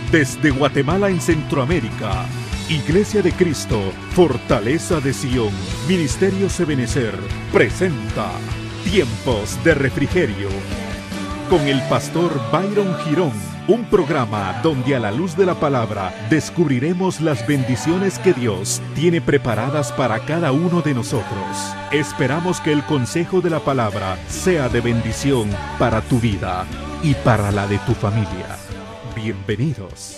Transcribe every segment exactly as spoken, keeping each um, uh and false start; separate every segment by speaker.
Speaker 1: Desde Guatemala en Centroamérica, Iglesia de Cristo, Fortaleza de Sion, Ministerio Ebenecer, presenta Tiempos de Refrigerio, con el pastor Byron Girón, un programa donde a la luz de la palabra descubriremos las bendiciones que Dios tiene preparadas para cada uno de nosotros. Esperamos que el consejo de la palabra sea de bendición para tu vida y para la de tu familia. Bienvenidos.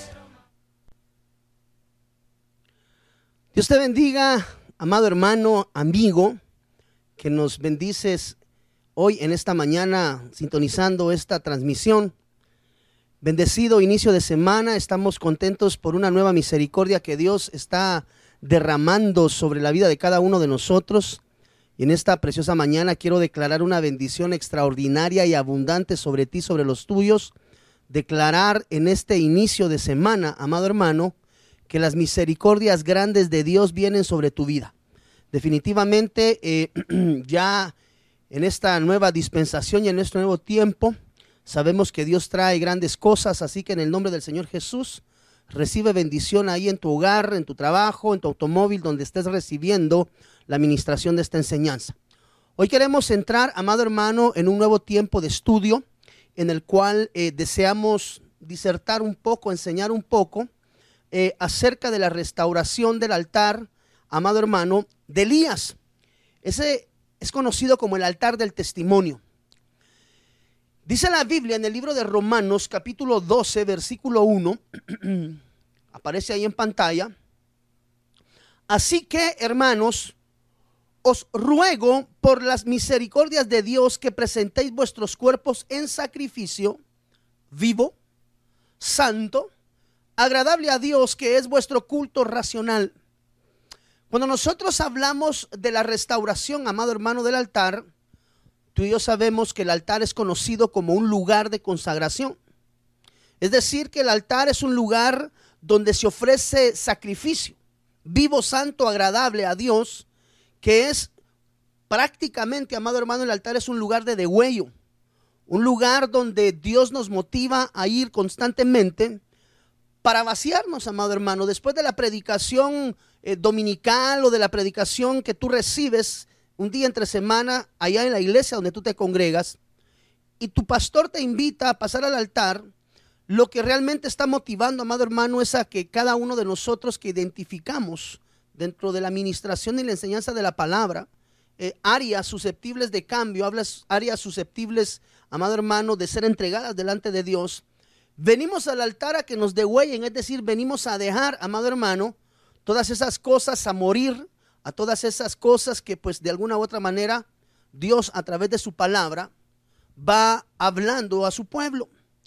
Speaker 2: Dios te bendiga, amado hermano, amigo, que nos bendices hoy en esta mañana sintonizando esta transmisión. Bendecido inicio de semana, estamos contentos por una nueva misericordia que Dios está derramando sobre la vida de cada uno de nosotros. Y en esta preciosa mañana quiero declarar una bendición extraordinaria y abundante sobre ti, sobre los tuyos. Declarar en este inicio de semana, amado hermano, que las misericordias grandes de Dios vienen sobre tu vida. Definitivamente eh, ya en esta nueva dispensación y en este nuevo tiempo, sabemos que Dios trae grandes cosas, así que en el nombre del Señor Jesús, recibe bendición ahí en tu hogar, en tu trabajo, en tu automóvil, donde estés recibiendo la administración de esta enseñanza. Hoy queremos entrar, amado hermano, en un nuevo tiempo de estudio, en el cual eh, deseamos disertar un poco, enseñar un poco eh, acerca de la restauración del altar, amado hermano, de Elías. Ese es conocido como el altar del testimonio. Dice la Biblia en el libro de Romanos, capítulo doce, versículo uno, aparece ahí en pantalla. Así que, hermanos, os ruego por las misericordias de Dios que presentéis vuestros cuerpos en sacrificio vivo, santo, agradable a Dios, que es vuestro culto racional. Cuando nosotros hablamos de la restauración, amado hermano, del altar, tú y yo sabemos que el altar es conocido como un lugar de consagración. Es decir, que el altar es un lugar donde se ofrece sacrificio vivo, santo, agradable a Dios, que es prácticamente, amado hermano, el altar es un lugar de degüello, un lugar donde Dios nos motiva a ir constantemente para vaciarnos, amado hermano. Después de la predicación eh, dominical o de la predicación que tú recibes un día entre semana allá en la iglesia donde tú te congregas, y tu pastor te invita a pasar al altar, lo que realmente está motivando, amado hermano, es a que cada uno de nosotros que identificamos dentro de la administración y la enseñanza de la palabra, eh, áreas susceptibles de cambio, hablas, áreas susceptibles, amado hermano, de ser entregadas delante de Dios, venimos al altar a que nos degüellen, es decir, venimos a dejar, amado hermano, todas esas cosas, a morir, a todas esas cosas que pues de alguna u otra manera Dios a través de su palabra va hablando a su pueblo.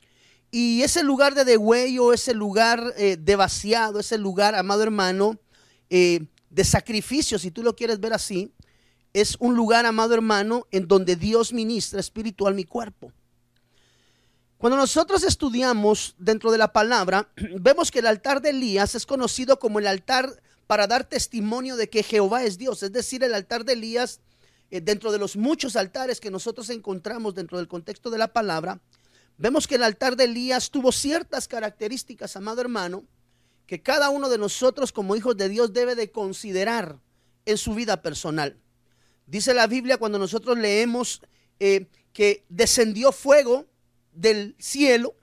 Speaker 2: Y ese lugar de degüello, ese lugar eh, de vaciado, ese lugar, amado hermano, eh, de sacrificio, si tú lo quieres ver así, es un lugar, amado hermano, en donde Dios ministra espiritual mi cuerpo. Cuando nosotros estudiamos dentro de la palabra, vemos que el altar de Elías es conocido como el altar para dar testimonio de que Jehová es Dios. Es decir, el altar de Elías, eh, dentro de los muchos altares que nosotros encontramos dentro del contexto de la palabra, vemos que el altar de Elías tuvo ciertas características, amado hermano, que cada uno de nosotros como hijos de Dios debe de considerar en su vida personal. Dice la Biblia cuando nosotros leemos eh, que descendió fuego del cielo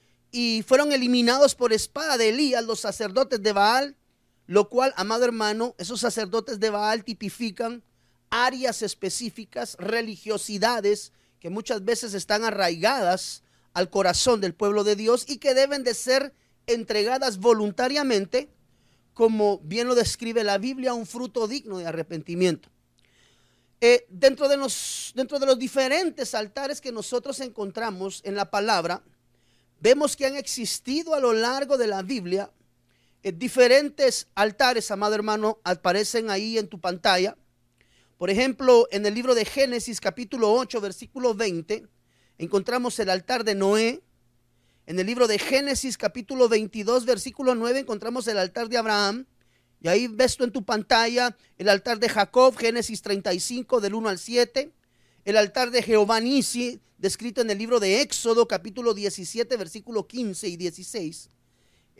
Speaker 2: y fueron eliminados por espada de Elías los sacerdotes de Baal, lo cual, amado hermano, esos sacerdotes de Baal tipifican áreas específicas, religiosidades que muchas veces están arraigadas al corazón del pueblo de Dios y que deben de ser entregadas voluntariamente, como bien lo describe la Biblia, un fruto digno de arrepentimiento. Eh, dentro de los, dentro de los diferentes altares que nosotros encontramos en la palabra, vemos que han existido a lo largo de la Biblia eh, diferentes altares, amado hermano, aparecen ahí en tu pantalla. Por ejemplo, en el libro de Génesis capítulo ocho, versículo veinte, encontramos el altar de Noé. En el libro de Génesis capítulo veintidós, versículo nueve, encontramos el altar de Abraham. Y ahí ves tú en tu pantalla el altar de Jacob, Génesis treinta y cinco, del uno al siete. El altar de Jehová Nisi, descrito en el libro de Éxodo, capítulo diecisiete, versículo quince y dieciséis.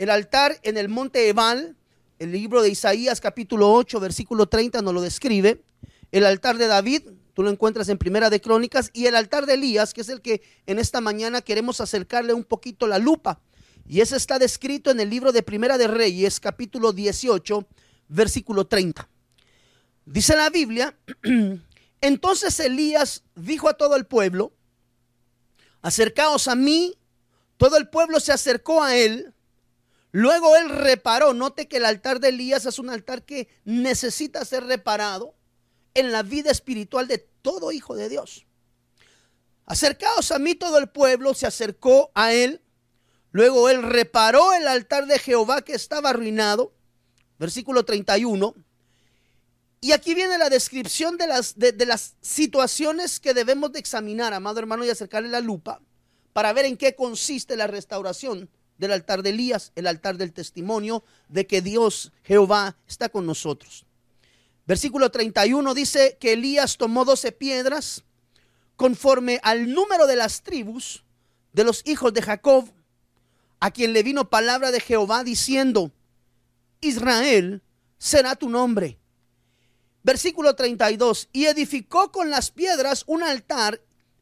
Speaker 2: el altar en el monte Ebal. El libro de Isaías capítulo ocho versículo treinta nos lo describe. El altar de David, tú lo encuentras en Primera de Crónicas, y el altar de Elías, que es el que en esta mañana queremos acercarle un poquito la lupa. Y ese está descrito en el libro de Primera de Reyes capítulo dieciocho versículo treinta. Dice la Biblia: entonces Elías dijo a todo el pueblo: acercaos a mí. Todo el pueblo se acercó a él. Luego él reparó. Note que el altar de Elías es un altar que necesita ser reparado en la vida espiritual de todo hijo de Dios. Acercaos a mí. Todo el pueblo se acercó a él. Luego él reparó el altar de Jehová que estaba arruinado. Versículo treinta y uno. Y aquí viene la descripción de las, de, de las situaciones que debemos de examinar, amado hermano, y acercarle la lupa para ver en qué consiste la restauración del altar de Elías, el altar del testimonio de que Dios, Jehová, está con nosotros. Versículo treinta y uno dice que Elías tomó doce piedras conforme al número de las tribus de los hijos de Jacob, a quien le vino palabra de Jehová diciendo: Israel será tu nombre. Versículo treinta y dos. Y edificó con las piedras un altar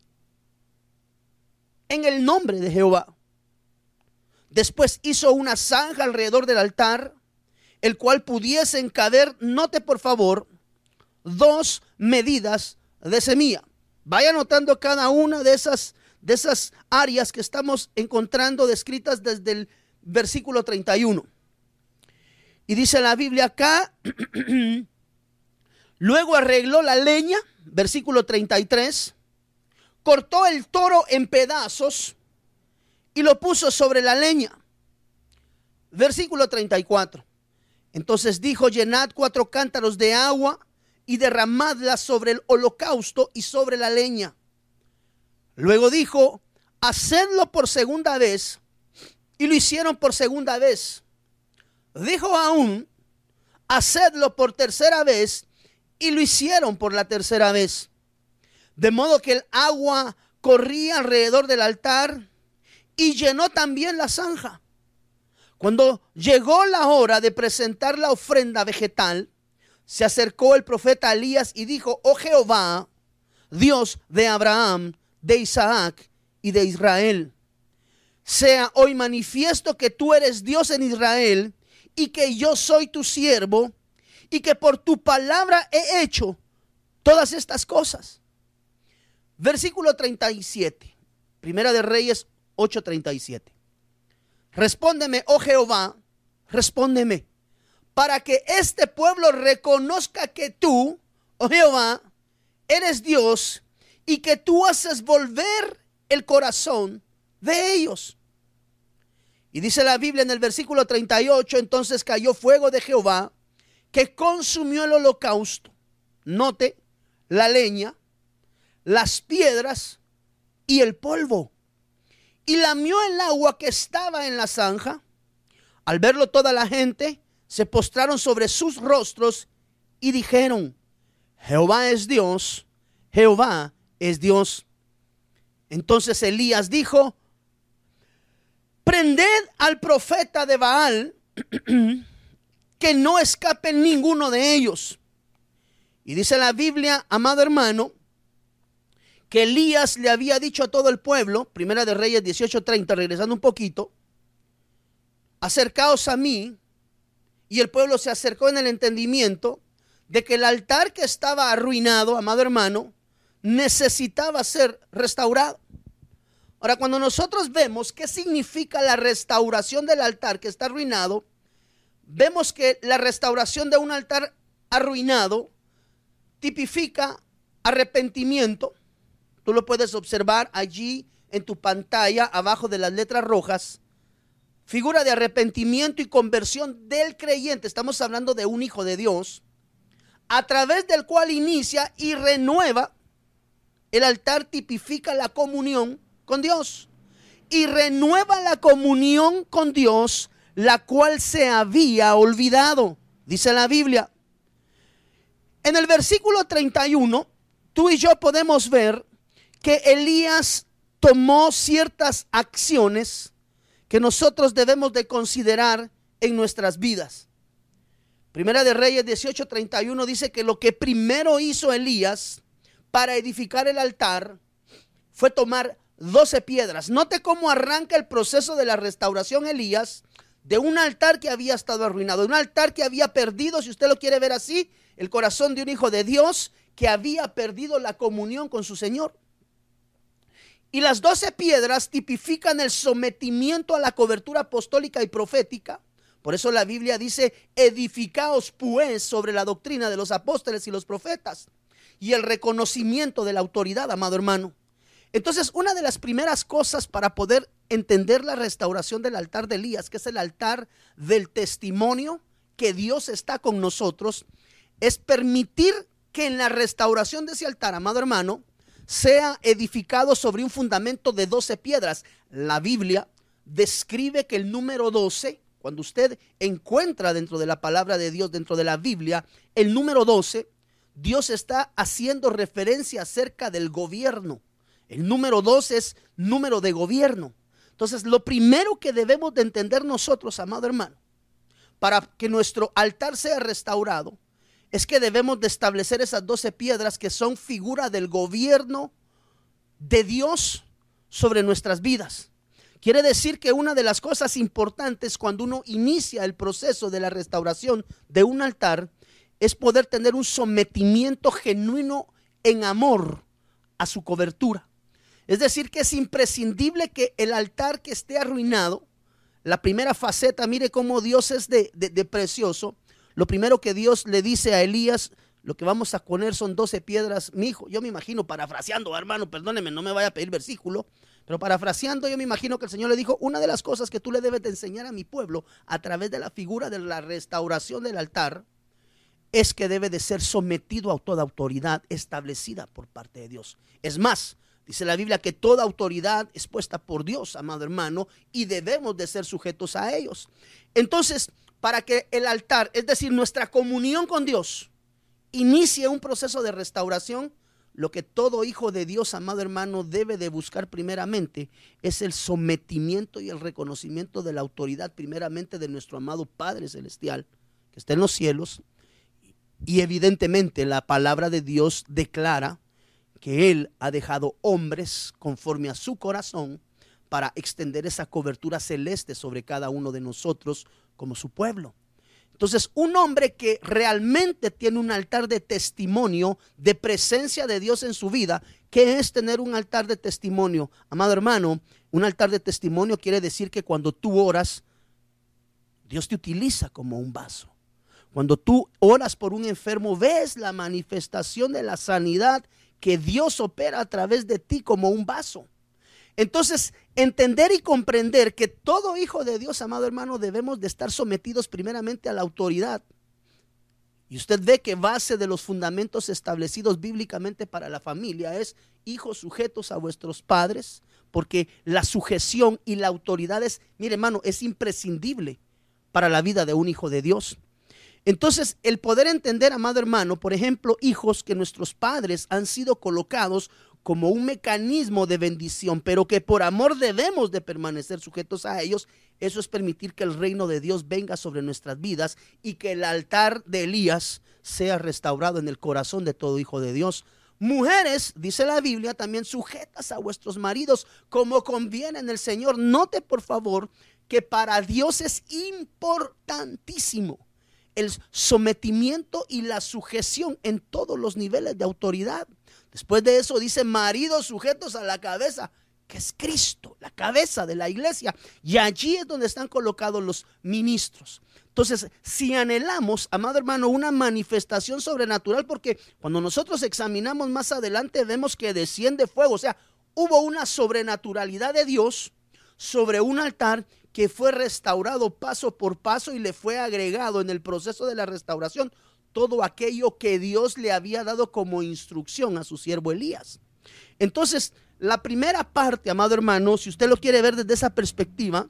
Speaker 2: en el nombre de Jehová. Después hizo una zanja alrededor del altar, el cual pudiesen caber, note por favor, dos medidas de semilla. Vaya notando cada una de esas, de esas áreas que estamos encontrando descritas desde el versículo treinta y uno. Y dice la Biblia acá: luego arregló la leña, versículo treinta y tres, cortó el toro en pedazos y lo puso sobre la leña. Versículo treinta y cuatro. Entonces dijo: llenad cuatro cántaros de agua y derramadla sobre el holocausto y sobre la leña. Luego dijo: hacedlo por segunda vez, y lo hicieron por segunda vez. Dijo aún: hacedlo por tercera vez, y lo hicieron por la tercera vez. De modo que el agua corría alrededor del altar y llenó también la zanja. Cuando llegó la hora de presentar la ofrenda vegetal, se acercó el profeta Elías y dijo: oh Jehová, Dios de Abraham, de Isaac y de Israel, sea hoy manifiesto que tú eres Dios en Israel y que yo soy tu siervo y que por tu palabra he hecho todas estas cosas. Versículo treinta y siete, Primera de Reyes ocho treinta y siete. Respóndeme, oh Jehová, respóndeme, para que este pueblo reconozca que tú, oh Jehová, eres Dios y que tú haces volver el corazón de ellos. Y dice la Biblia en el versículo treinta y ocho: entonces cayó fuego de Jehová que consumió el holocausto. Note, la leña, las piedras y el polvo, y lamió el agua que estaba en la zanja. Al verlo toda la gente se postraron sobre sus rostros y dijeron: Jehová es Dios, Jehová es Dios. Entonces Elías dijo: prended al profeta de Baal, que no escape ninguno de ellos. Y dice la Biblia, amado hermano, que Elías le había dicho a todo el pueblo, Primera de Reyes dieciocho treinta, regresando un poquito: acercaos a mí. Y el pueblo se acercó en el entendimiento de que el altar que estaba arruinado, amado hermano, necesitaba ser restaurado. Ahora, cuando nosotros vemos qué significa la restauración del altar que está arruinado, vemos que la restauración de un altar arruinado tipifica arrepentimiento. Tú lo puedes observar allí en tu pantalla, abajo de las letras rojas. Figura de arrepentimiento y conversión del creyente. Estamos hablando de un hijo de Dios, a través del cual inicia y renueva. El altar tipifica la comunión con Dios y renueva la comunión con Dios, la cual se había olvidado. Dice la Biblia. En el versículo treinta y uno, tú y yo podemos ver que Elías tomó ciertas acciones que nosotros debemos de considerar en nuestras vidas. Primera de Reyes dieciocho treinta y uno dice que lo que primero hizo Elías para edificar el altar fue tomar doce piedras. Note cómo arranca el proceso de la restauración Elías de un altar que había estado arruinado, un altar que había perdido, si usted lo quiere ver así, el corazón de un hijo de Dios que había perdido la comunión con su Señor. Y las doce piedras tipifican el sometimiento a la cobertura apostólica y profética. Por eso la Biblia dice: edificaos pues sobre la doctrina de los apóstoles y los profetas, y el reconocimiento de la autoridad, amado hermano. Entonces, una de las primeras cosas para poder entender la restauración del altar de Elías, que es el altar del testimonio que Dios está con nosotros, es permitir que en la restauración de ese altar, amado hermano, sea edificado sobre un fundamento de doce piedras. La Biblia describe que el número doce, cuando usted encuentra dentro de la palabra de Dios, dentro de la Biblia, el número doce, Dios está haciendo referencia acerca del gobierno. El número doce es número de gobierno. Entonces, lo primero que debemos de entender nosotros, amado hermano, para que nuestro altar sea restaurado, es que debemos de establecer esas doce piedras que son figura del gobierno de Dios sobre nuestras vidas. Quiere decir que una de las cosas importantes cuando uno inicia el proceso de la restauración de un altar es poder tener un sometimiento genuino en amor a su cobertura. Es decir, que es imprescindible que el altar que esté arruinado, la primera faceta, mire cómo Dios es de, de, de precioso. Lo primero que Dios le dice a Elías: lo que vamos a poner son doce piedras, mi hijo. Yo me imagino, parafraseando, hermano, perdóneme, no me vaya a pedir versículo, pero parafraseando, yo me imagino que el Señor le dijo: una de las cosas que tú le debes de enseñar a mi pueblo a través de la figura de la restauración del altar es que debe de ser sometido a toda autoridad establecida por parte de Dios. Es más, dice la Biblia que toda autoridad es puesta por Dios, amado hermano, y debemos de ser sujetos a ellos. Entonces, para que el altar, es decir, nuestra comunión con Dios, inicie un proceso de restauración, lo que todo hijo de Dios, amado hermano, debe de buscar primeramente es el sometimiento y el reconocimiento de la autoridad, primeramente de nuestro amado Padre Celestial, que está en los cielos. Y evidentemente la palabra de Dios declara que Él ha dejado hombres conforme a su corazón para extender esa cobertura celeste sobre cada uno de nosotros como su pueblo. Entonces, un hombre que realmente tiene un altar de testimonio, de presencia de Dios en su vida, ¿qué es tener un altar de testimonio? Amado hermano, un altar de testimonio quiere decir que cuando tú oras, Dios te utiliza como un vaso. Cuando tú oras por un enfermo, ves la manifestación de la sanidad que Dios opera a través de ti como un vaso. Entonces, entender y comprender que todo hijo de Dios, amado hermano, debemos de estar sometidos primeramente a la autoridad. Y usted ve que base de los fundamentos establecidos bíblicamente para la familia es: hijos sujetos a vuestros padres, porque la sujeción y la autoridad es, mire hermano, es imprescindible para la vida de un hijo de Dios. Entonces, el poder entender, amado hermano, por ejemplo, hijos que nuestros padres han sido colocados como un mecanismo de bendición, pero que por amor debemos de permanecer sujetos a ellos, eso es permitir que el reino de Dios venga sobre nuestras vidas y que el altar de Elías sea restaurado en el corazón de todo hijo de Dios. Mujeres, dice la Biblia, también sujetas a vuestros maridos como conviene en el Señor. Note por favor que para Dios es importantísimo el sometimiento y la sujeción en todos los niveles de autoridad. Después de eso dice: maridos sujetos a la cabeza, que es Cristo, la cabeza de la iglesia. Y allí es donde están colocados los ministros. Entonces, si anhelamos, amado hermano, una manifestación sobrenatural, porque cuando nosotros examinamos más adelante vemos que desciende fuego, o sea, hubo una sobrenaturalidad de Dios sobre un altar que fue restaurado paso por paso y le fue agregado en el proceso de la restauración todo aquello que Dios le había dado como instrucción a su siervo Elías. Entonces, la primera parte, amado hermano, si usted lo quiere ver desde esa perspectiva,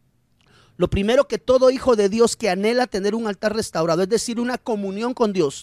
Speaker 2: lo primero que todo hijo de Dios que anhela tener un altar restaurado, es decir, una comunión con Dios,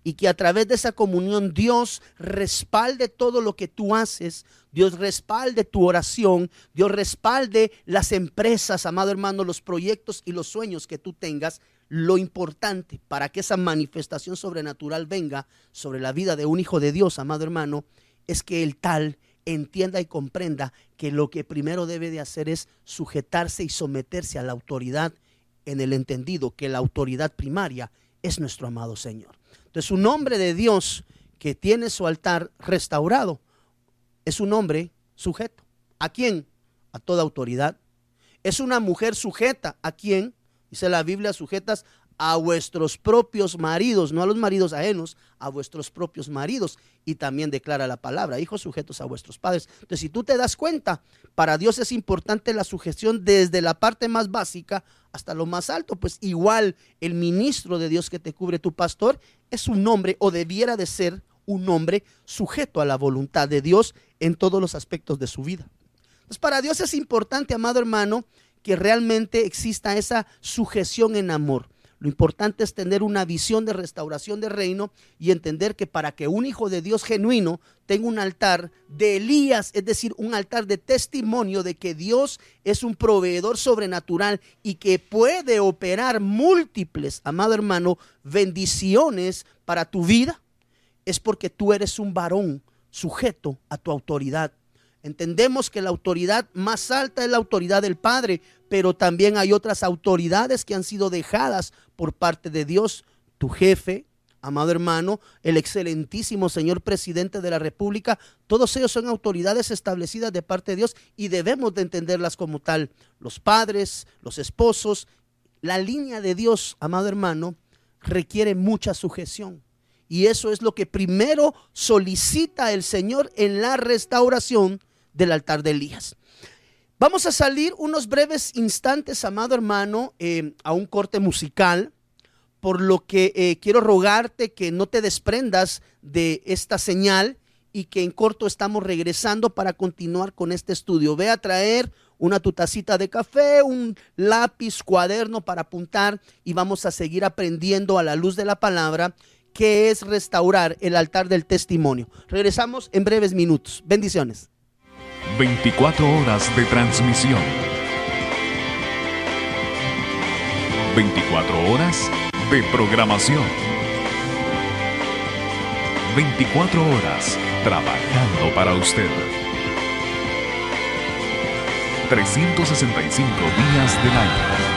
Speaker 2: y que a través de esa comunión Dios respalde todo lo que tú haces, Dios respalde tu oración, Dios respalde las empresas, amado hermano, los proyectos y los sueños que tú tengas. Lo importante para que esa manifestación sobrenatural venga sobre la vida de un hijo de Dios, amado hermano, es que el tal entienda y comprenda que lo que primero debe de hacer es sujetarse y someterse a la autoridad, en el entendido que la autoridad primaria es nuestro amado Señor. Entonces, un hombre de Dios que tiene su altar restaurado es un hombre sujeto. ¿A quién? A toda autoridad. Es una mujer sujeta. ¿A quién? Dice la Biblia, sujetas a vuestros propios maridos, no a los maridos ajenos, a vuestros propios maridos. Y también declara la palabra, hijos sujetos a vuestros padres. Entonces, si tú te das cuenta, para Dios es importante la sujeción desde la parte más básica hasta lo más alto. Pues igual el ministro de Dios que te cubre, tu pastor, es un hombre o debiera de ser un hombre sujeto a la voluntad de Dios en todos los aspectos de su vida. Entonces, para Dios es importante, amado hermano, que realmente exista esa sujeción en amor. Lo importante es tener una visión de restauración de reino y entender que para que un hijo de Dios genuino tenga un altar de Elías, es decir, un altar de testimonio de que Dios es un proveedor sobrenatural y que puede operar múltiples, amado hermano, bendiciones para tu vida, es porque tú eres un varón sujeto a tu autoridad. Entendemos que la autoridad más alta es la autoridad del Padre, pero también hay otras autoridades que han sido dejadas por parte de Dios. Tu jefe, amado hermano, el excelentísimo señor presidente de la República, todos ellos son autoridades establecidas de parte de Dios y debemos de entenderlas como tal. Los padres, los esposos, la línea de Dios, amado hermano, requiere mucha sujeción. Y eso es lo que primero solicita el Señor en la restauración del altar de Elías. Vamos a salir unos breves instantes, amado hermano, eh, a un corte musical, por lo que eh, quiero rogarte que no te desprendas de esta señal y que en corto estamos regresando para continuar con este estudio. Ve a traer una tu tacita de café, un lápiz, cuaderno para apuntar y vamos a seguir aprendiendo a la luz de la palabra qué es restaurar el altar del testimonio. Regresamos en breves minutos. Bendiciones.
Speaker 1: veinticuatro horas de transmisión. veinticuatro horas de programación. veinticuatro horas trabajando para usted. trescientos sesenta y cinco días del año.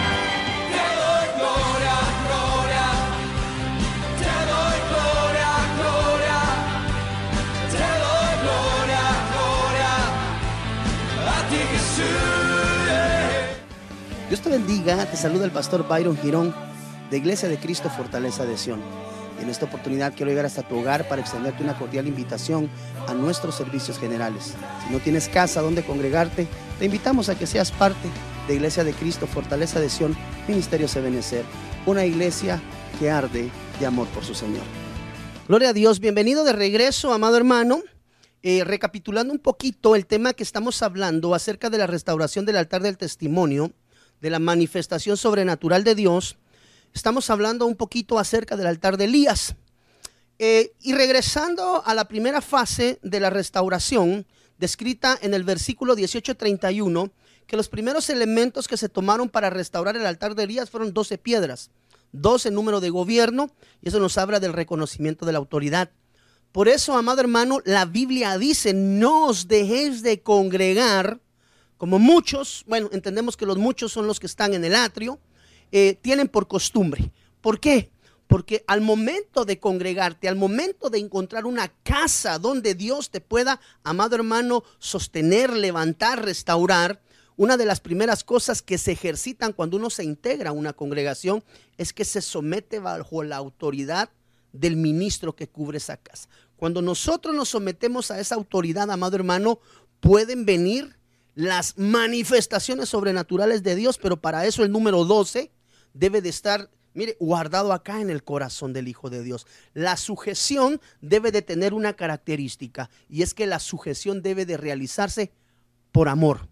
Speaker 2: Dios te bendiga, te saluda el pastor Byron Girón de Iglesia de Cristo Fortaleza de Sion. Y en esta oportunidad quiero llegar hasta tu hogar para extenderte una cordial invitación a nuestros servicios generales. Si no tienes casa donde congregarte, te invitamos a que seas parte de Iglesia de Cristo Fortaleza de Sion, Ministerios Ebenecer, una iglesia que arde de amor por su Señor. Gloria a Dios, bienvenido de regreso, amado hermano. Eh, recapitulando un poquito el tema que estamos hablando acerca de la restauración del altar del testimonio, de la manifestación sobrenatural de Dios, estamos hablando un poquito acerca del altar de Elías. Eh, y regresando a la primera fase de la restauración, descrita en el versículo dieciocho treinta y uno, que los primeros elementos que se tomaron para restaurar el altar de Elías fueron doce piedras, doce en número de gobierno, y eso nos habla del reconocimiento de la autoridad. Por eso, amado hermano, la Biblia dice, no os dejéis de congregar, como muchos, bueno, entendemos que los muchos son los que están en el atrio, eh, tienen por costumbre. ¿Por qué? Porque al momento de congregarte, al momento de encontrar una casa donde Dios te pueda, amado hermano, sostener, levantar, restaurar, una de las primeras cosas que se ejercitan cuando uno se integra a una congregación es que se somete bajo la autoridad del ministro que cubre esa casa. Cuando nosotros nos sometemos a esa autoridad, amado hermano, pueden venir las manifestaciones sobrenaturales de Dios, pero para eso el número doce debe de estar, mire, guardado acá en el corazón del Hijo de Dios. La sujeción debe de tener una característica, y es que la sujeción debe de realizarse por amor.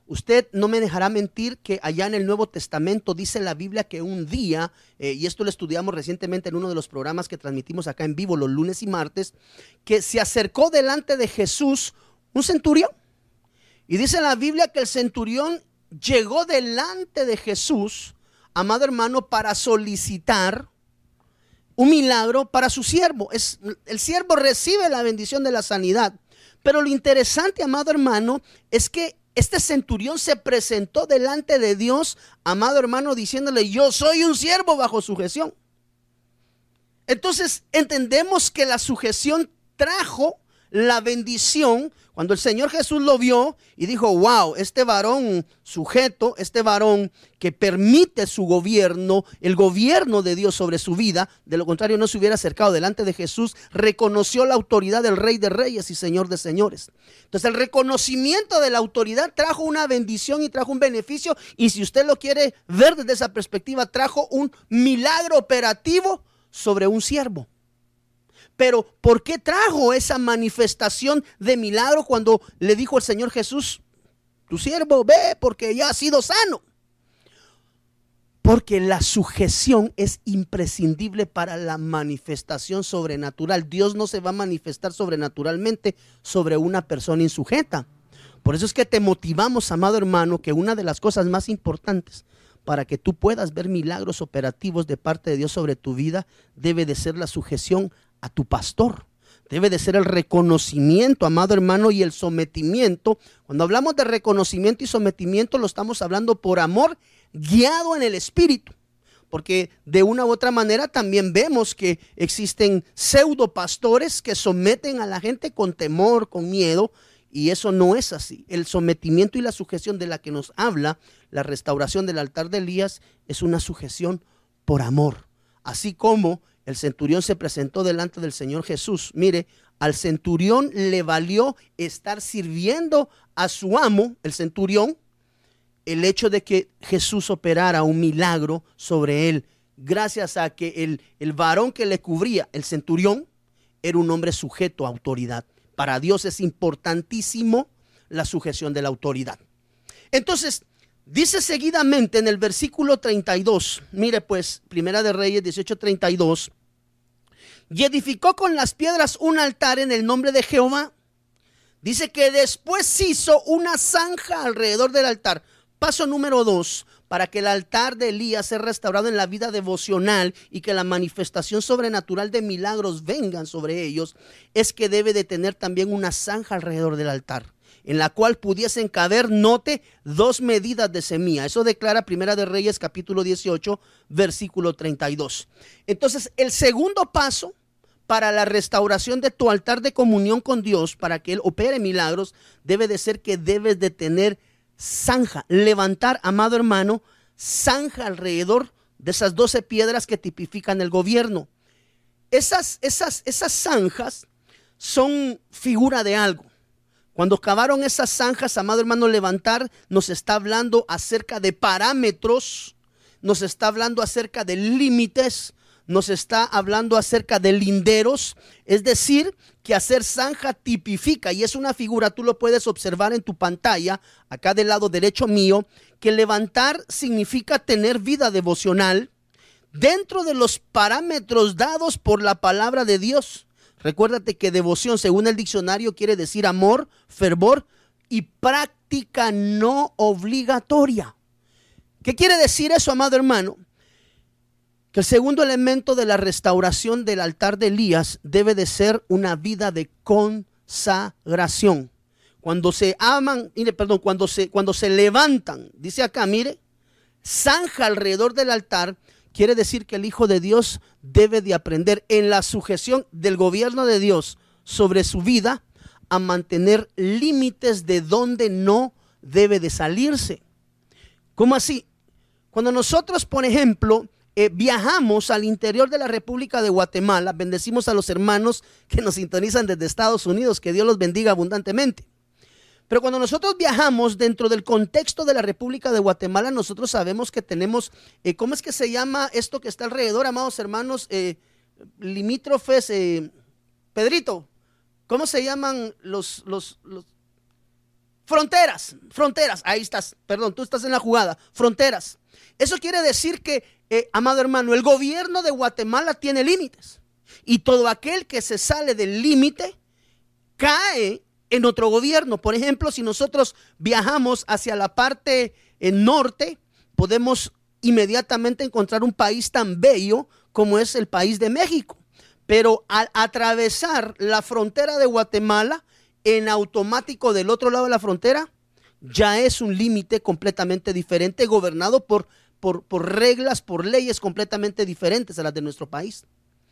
Speaker 2: Usted no me dejará mentir que allá en el Nuevo Testamento dice la Biblia que un día, eh, y esto lo estudiamos recientemente en uno de los programas que transmitimos acá en vivo los lunes y martes, que se acercó delante de Jesús un centurión. Y dice la Biblia que el centurión llegó delante de Jesús, amado hermano, para solicitar un milagro para su siervo. Es, el siervo recibe la bendición de la sanidad. Pero lo interesante, amado hermano, es que este centurión se presentó delante de Dios, amado hermano, diciéndole: yo soy un siervo bajo sujeción. Entonces entendemos que la sujeción trajo la bendición. Cuando el Señor Jesús lo vio y dijo: wow, este varón sujeto, este varón que permite su gobierno, el gobierno de Dios sobre su vida, de lo contrario no se hubiera acercado delante de Jesús, reconoció la autoridad del Rey de Reyes y Señor de Señores. Entonces el reconocimiento de la autoridad trajo una bendición y trajo un beneficio, y si usted lo quiere ver desde esa perspectiva, trajo un milagro operativo sobre un siervo. Pero ¿por qué trajo esa manifestación de milagro cuando le dijo el Señor Jesús: tu siervo ve porque ya ha sido sano? Porque la sujeción es imprescindible para la manifestación sobrenatural. Dios no se va a manifestar sobrenaturalmente sobre una persona insujeta. Por eso es que te motivamos, amado hermano, que una de las cosas más importantes para que tú puedas ver milagros operativos de parte de Dios sobre tu vida debe de ser la sujeción a tu pastor. Debe de ser el reconocimiento, amado hermano, y el sometimiento. Cuando hablamos de reconocimiento y sometimiento, lo estamos hablando por amor, guiado en el Espíritu. Porque de una u otra manera también vemos que existen pseudo pastores que someten a la gente con temor, con miedo, y eso no es así. El sometimiento y la sujeción de la que nos habla la restauración del altar de Elías es una sujeción por amor. Así como el centurión se presentó delante del Señor Jesús. Mire, al centurión le valió estar sirviendo a su amo, el centurión, el hecho de que Jesús operara un milagro sobre él, gracias a que el, el varón que le cubría, el centurión, era un hombre sujeto a autoridad. Para Dios es importantísimo la sujeción de la autoridad. Entonces, dice seguidamente en el versículo treinta y dos, mire pues, Primera de Reyes dieciocho treinta y dos, y edificó con las piedras un altar en el nombre de Jehová. Dice que después hizo una zanja alrededor del altar. Paso número dos, para que el altar de Elías sea restaurado en la vida devocional y que la manifestación sobrenatural de milagros vengan sobre ellos, es que debe de tener también una zanja alrededor del altar, en la cual pudiesen caber, note, dos medidas de semilla. Eso declara Primera de Reyes capítulo dieciocho, versículo treinta y dos. Entonces, el segundo paso para la restauración de tu altar de comunión con Dios, para que Él opere milagros, debe de ser que debes de tener zanja, levantar, amado hermano, zanja alrededor de esas doce piedras que tipifican el gobierno. Esas, esas, esas zanjas son figura de algo. Cuando cavaron esas zanjas, amado hermano, levantar nos está hablando acerca de parámetros, nos está hablando acerca de límites, nos está hablando acerca de linderos. Es decir, que hacer zanja tipifica, y es una figura, tú lo puedes observar en tu pantalla, acá del lado derecho mío, que levantar significa tener vida devocional dentro de los parámetros dados por la palabra de Dios. Recuérdate que devoción, según el diccionario, quiere decir amor, fervor y práctica no obligatoria. ¿Qué quiere decir eso, amado hermano? Que el segundo elemento de la restauración del altar de Elías debe de ser una vida de consagración. Cuando se aman, mire, perdón, cuando se, cuando se levantan, dice acá, mire, zanja alrededor del altar, quiere decir que el Hijo de Dios debe de aprender en la sujeción del gobierno de Dios sobre su vida a mantener límites de donde no debe de salirse. ¿Cómo así? Cuando nosotros, por ejemplo, eh, viajamos al interior de la República de Guatemala, bendecimos a los hermanos que nos sintonizan desde Estados Unidos, que Dios los bendiga abundantemente. Pero cuando nosotros viajamos dentro del contexto de la República de Guatemala, nosotros sabemos que tenemos, eh, ¿cómo es que se llama esto que está alrededor, amados hermanos? Eh, limítrofes, eh, Pedrito, ¿cómo se llaman los, los, los fronteras, fronteras, ahí estás, perdón, tú estás en la jugada, fronteras. Eso quiere decir que, eh, amado hermano, el gobierno de Guatemala tiene límites. Y todo aquel que se sale del límite cae en otro gobierno. Por ejemplo, si nosotros viajamos hacia la parte eh, norte, podemos inmediatamente encontrar un país tan bello como es el país de México. Pero al atravesar la frontera de Guatemala, en automático del otro lado de la frontera, ya es un límite completamente diferente, gobernado por, por, por reglas, por leyes completamente diferentes a las de nuestro país.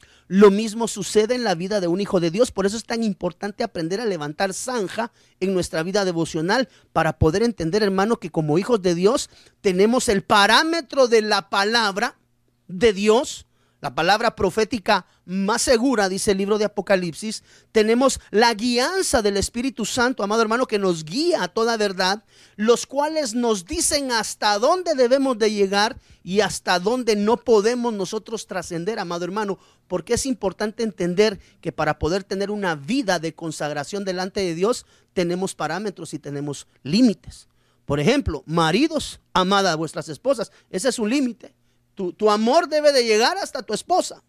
Speaker 2: Lo mismo sucede en la vida de un hijo de Dios. Por eso es tan importante aprender a levantar zanja en nuestra vida devocional, para poder entender, hermano, que como hijos de Dios tenemos el parámetro de la palabra de Dios, la palabra profética más segura, dice el libro de Apocalipsis. Tenemos la guianza del Espíritu Santo, amado hermano, que nos guía a toda verdad, los cuales nos dicen hasta dónde debemos de llegar y hasta dónde no podemos nosotros trascender, amado hermano, porque es importante entender que para poder tener una vida de consagración delante de Dios, tenemos parámetros y tenemos límites. Por ejemplo, maridos, amad a vuestras esposas, ese es un límite. Tu, tu amor debe de llegar hasta tu esposa.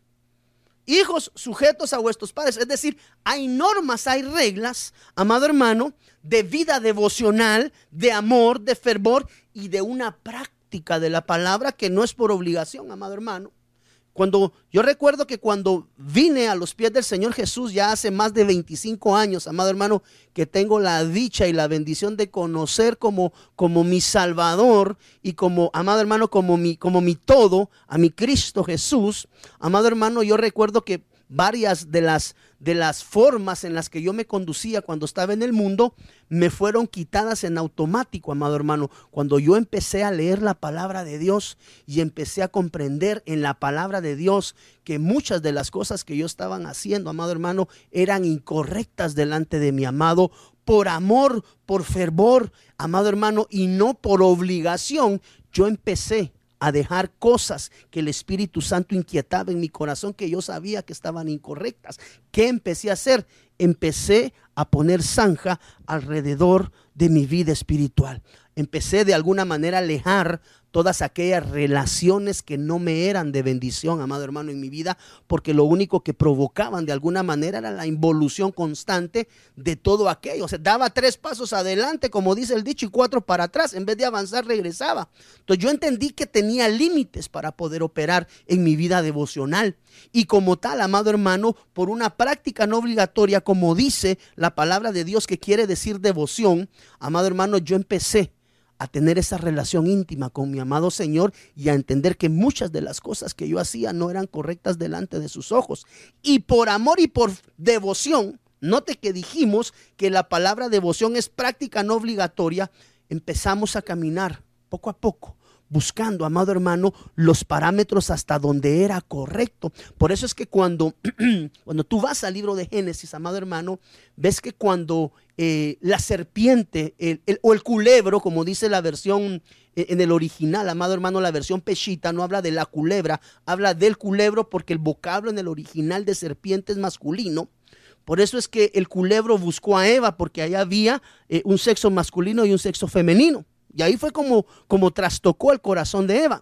Speaker 2: Hijos, sujetos a vuestros padres. Es decir, hay normas, hay reglas, amado hermano, de vida devocional, de amor, de fervor y de una práctica de la palabra que no es por obligación, amado hermano. Cuando yo recuerdo que cuando vine a los pies del Señor Jesús, ya hace más de veinticinco años, amado hermano, que tengo la dicha y la bendición de conocer como, como mi Salvador y como, amado hermano, como mi, como mi todo, a mi Cristo Jesús. Amado hermano, yo recuerdo que varias de las, de las formas en las que yo me conducía cuando estaba en el mundo me fueron quitadas en automático, amado hermano, cuando yo empecé a leer la palabra de Dios y empecé a comprender en la palabra de Dios que muchas de las cosas que yo estaba haciendo, amado hermano, eran incorrectas delante de mi amado, por amor, por fervor, amado hermano, y no por obligación. Yo empecé a dejar cosas que el Espíritu Santo inquietaba en mi corazón, que yo sabía que estaban incorrectas. ¿Qué empecé a hacer? Empecé a poner zanja alrededor de mi vida espiritual. Empecé de alguna manera a alejar todas aquellas relaciones que no me eran de bendición, amado hermano, en mi vida, porque lo único que provocaban de alguna manera era la involución constante de todo aquello. O sea, daba tres pasos adelante, como dice el dicho, y cuatro para atrás. En vez de avanzar, regresaba. Entonces yo entendí que tenía límites para poder operar en mi vida devocional. Y como tal, amado hermano, por una práctica no obligatoria, como dice la palabra de Dios, que quiere decir devoción, amado hermano, yo empecé a tener esa relación íntima con mi amado Señor y a entender que muchas de las cosas que yo hacía no eran correctas delante de sus ojos. Y por amor y por devoción, note que dijimos que la palabra devoción es práctica no obligatoria, empezamos a caminar poco a poco, buscando, amado hermano, los parámetros hasta donde era correcto. Por eso es que cuando, cuando tú vas al libro de Génesis, amado hermano, ves que cuando eh, la serpiente el, el, o el culebro, como dice la versión eh, en el original, amado hermano, la versión peshita no habla de la culebra, habla del culebro, porque el vocablo en el original de serpiente es masculino. Por eso es que el culebro buscó a Eva, porque ahí había eh, un sexo masculino y un sexo femenino. Y ahí fue como, como trastocó el corazón de Eva.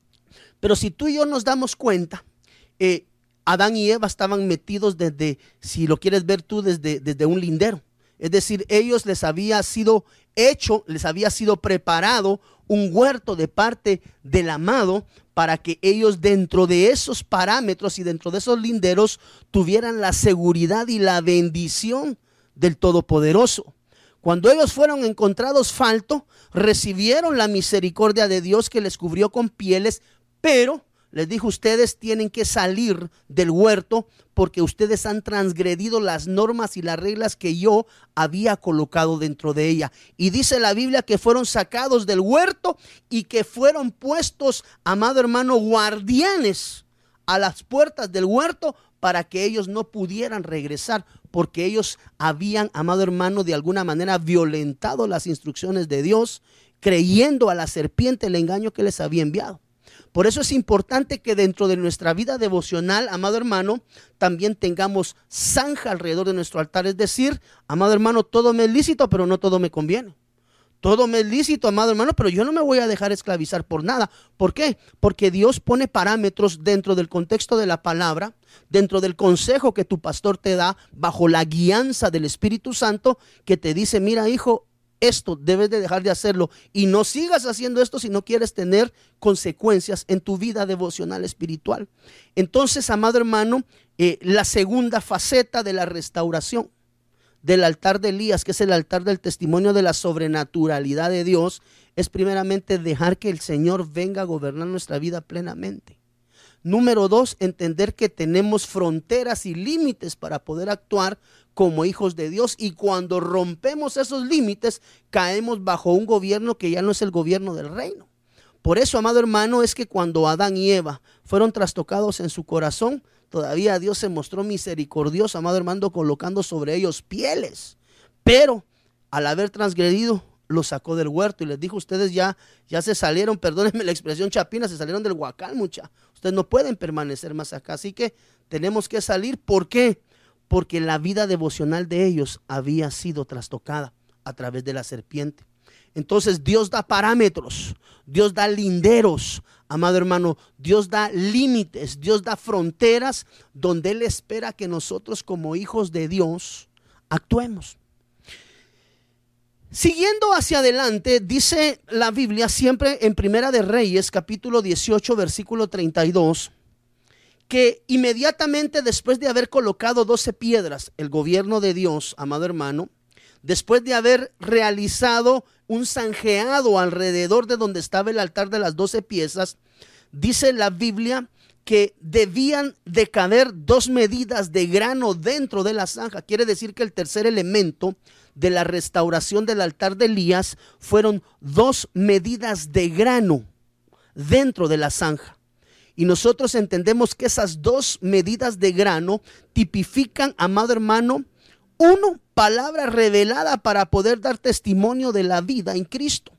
Speaker 2: Pero si tú y yo nos damos cuenta, eh, Adán y Eva estaban metidos desde, si lo quieres ver tú, desde, desde un lindero. Es decir, ellos les había sido hecho, les había sido preparado un huerto de parte del amado para que ellos dentro de esos parámetros y dentro de esos linderos tuvieran la seguridad y la bendición del Todopoderoso. Cuando ellos fueron encontrados falto, recibieron la misericordia de Dios, que les cubrió con pieles, pero les dijo: ustedes tienen que salir del huerto porque ustedes han transgredido las normas y las reglas que yo había colocado dentro de ella. Y dice la Biblia que fueron sacados del huerto y que fueron puestos, amado hermano, guardianes a las puertas del huerto para que ellos no pudieran regresar, porque ellos habían, amado hermano, de alguna manera violentado las instrucciones de Dios, creyendo a la serpiente el engaño que les había enviado. Por eso es importante que dentro de nuestra vida devocional, amado hermano, también tengamos zanja alrededor de nuestro altar. Es decir, amado hermano, todo me es lícito, pero no todo me conviene. Todo me es lícito, amado hermano, pero yo no me voy a dejar esclavizar por nada. ¿Por qué? Porque Dios pone parámetros dentro del contexto de la palabra, dentro del consejo que tu pastor te da, bajo la guianza del Espíritu Santo, que te dice, mira, hijo, esto debes de dejar de hacerlo y no sigas haciendo esto si no quieres tener consecuencias en tu vida devocional espiritual. Entonces, amado hermano, eh, la segunda faceta de la restauración del altar de Elías, que es el altar del testimonio de la sobrenaturalidad de Dios, es primeramente dejar que el Señor venga a gobernar nuestra vida plenamente. Número dos, entender que tenemos fronteras y límites para poder actuar como hijos de Dios, y cuando rompemos esos límites caemos bajo un gobierno que ya no es el gobierno del reino. Por eso, amado hermano, es que cuando Adán y Eva fueron trastocados en su corazón, todavía Dios se mostró misericordioso, amado hermano, colocando sobre ellos pieles. Pero al haber transgredido, los sacó del huerto y les dijo, ustedes ya, ya se salieron, perdónenme la expresión chapina, se salieron del huacal, mucha. Ustedes no pueden permanecer más acá. Así que tenemos que salir. ¿Por qué? Porque la vida devocional de ellos había sido trastocada a través de la serpiente. Entonces Dios da parámetros, Dios da linderos, amado hermano, Dios da límites, Dios da fronteras donde Él espera que nosotros como hijos de Dios actuemos. Siguiendo hacia adelante, dice la Biblia siempre en Primera de Reyes, capítulo dieciocho, versículo treinta y dos, que inmediatamente después de haber colocado doce piedras, el gobierno de Dios, amado hermano, después de haber realizado un zanjeado alrededor de donde estaba el altar de las doce piezas, dice la Biblia que debían de caber dos medidas de grano dentro de la zanja. Quiere decir que el tercer elemento de la restauración del altar de Elías fueron dos medidas de grano dentro de la zanja. Y nosotros entendemos que esas dos medidas de grano tipifican, amado hermano, uno, palabra revelada para poder dar testimonio de la vida en Cristo.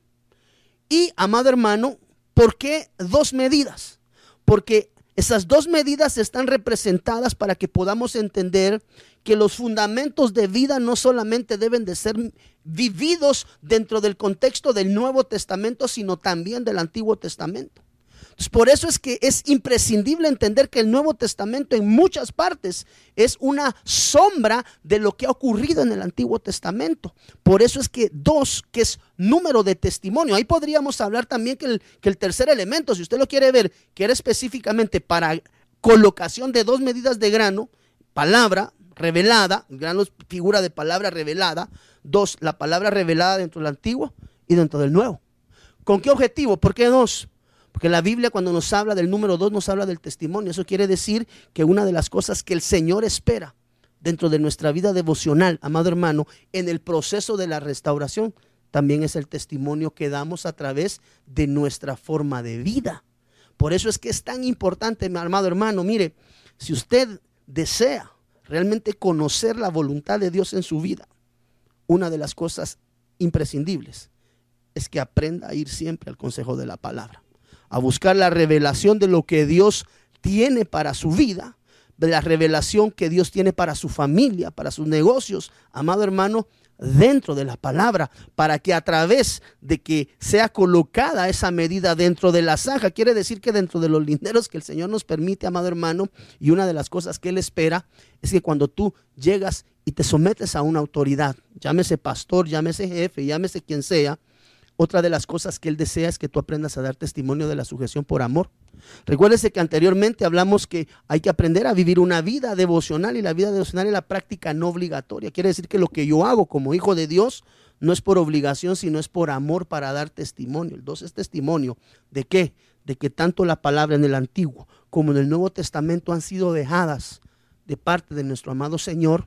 Speaker 2: Y, amado hermano, ¿por qué dos medidas? Porque esas dos medidas están representadas para que podamos entender que los fundamentos de vida no solamente deben de ser vividos dentro del contexto del Nuevo Testamento, sino también del Antiguo Testamento. Entonces, por eso es que es imprescindible entender que el Nuevo Testamento en muchas partes es una sombra de lo que ha ocurrido en el Antiguo Testamento. Por eso es que dos, que es número de testimonio. Ahí podríamos hablar también que el, que el tercer elemento, si usted lo quiere ver, que era específicamente para colocación de dos medidas de grano, palabra revelada, grano es figura de palabra revelada, dos, la palabra revelada dentro del Antiguo y dentro del Nuevo. ¿Con qué objetivo? ¿Por qué dos? Porque la Biblia, cuando nos habla del número dos, nos habla del testimonio. Eso quiere decir que una de las cosas que el Señor espera dentro de nuestra vida devocional, amado hermano, en el proceso de la restauración, también es el testimonio que damos a través de nuestra forma de vida. Por eso es que es tan importante, mi amado hermano, mire, si usted desea realmente conocer la voluntad de Dios en su vida, una de las cosas imprescindibles es que aprenda a ir siempre al consejo de la palabra, a buscar la revelación de lo que Dios tiene para su vida, de la revelación que Dios tiene para su familia, para sus negocios, amado hermano, dentro de la palabra, para que a través de que sea colocada esa medida dentro de la zanja, quiere decir que dentro de los linderos que el Señor nos permite, amado hermano, y una de las cosas que Él espera es que cuando tú llegas y te sometes a una autoridad, llámese pastor, llámese jefe, llámese quien sea, otra de las cosas que Él desea es que tú aprendas a dar testimonio de la sujeción por amor. Recuérdese que anteriormente hablamos que hay que aprender a vivir una vida devocional, y la vida devocional es la práctica no obligatoria. Quiere decir que lo que yo hago como hijo de Dios no es por obligación, sino es por amor, para dar testimonio. El dos es testimonio ¿de qué? De que tanto la palabra en el Antiguo como en el Nuevo Testamento han sido dejadas de parte de nuestro amado Señor,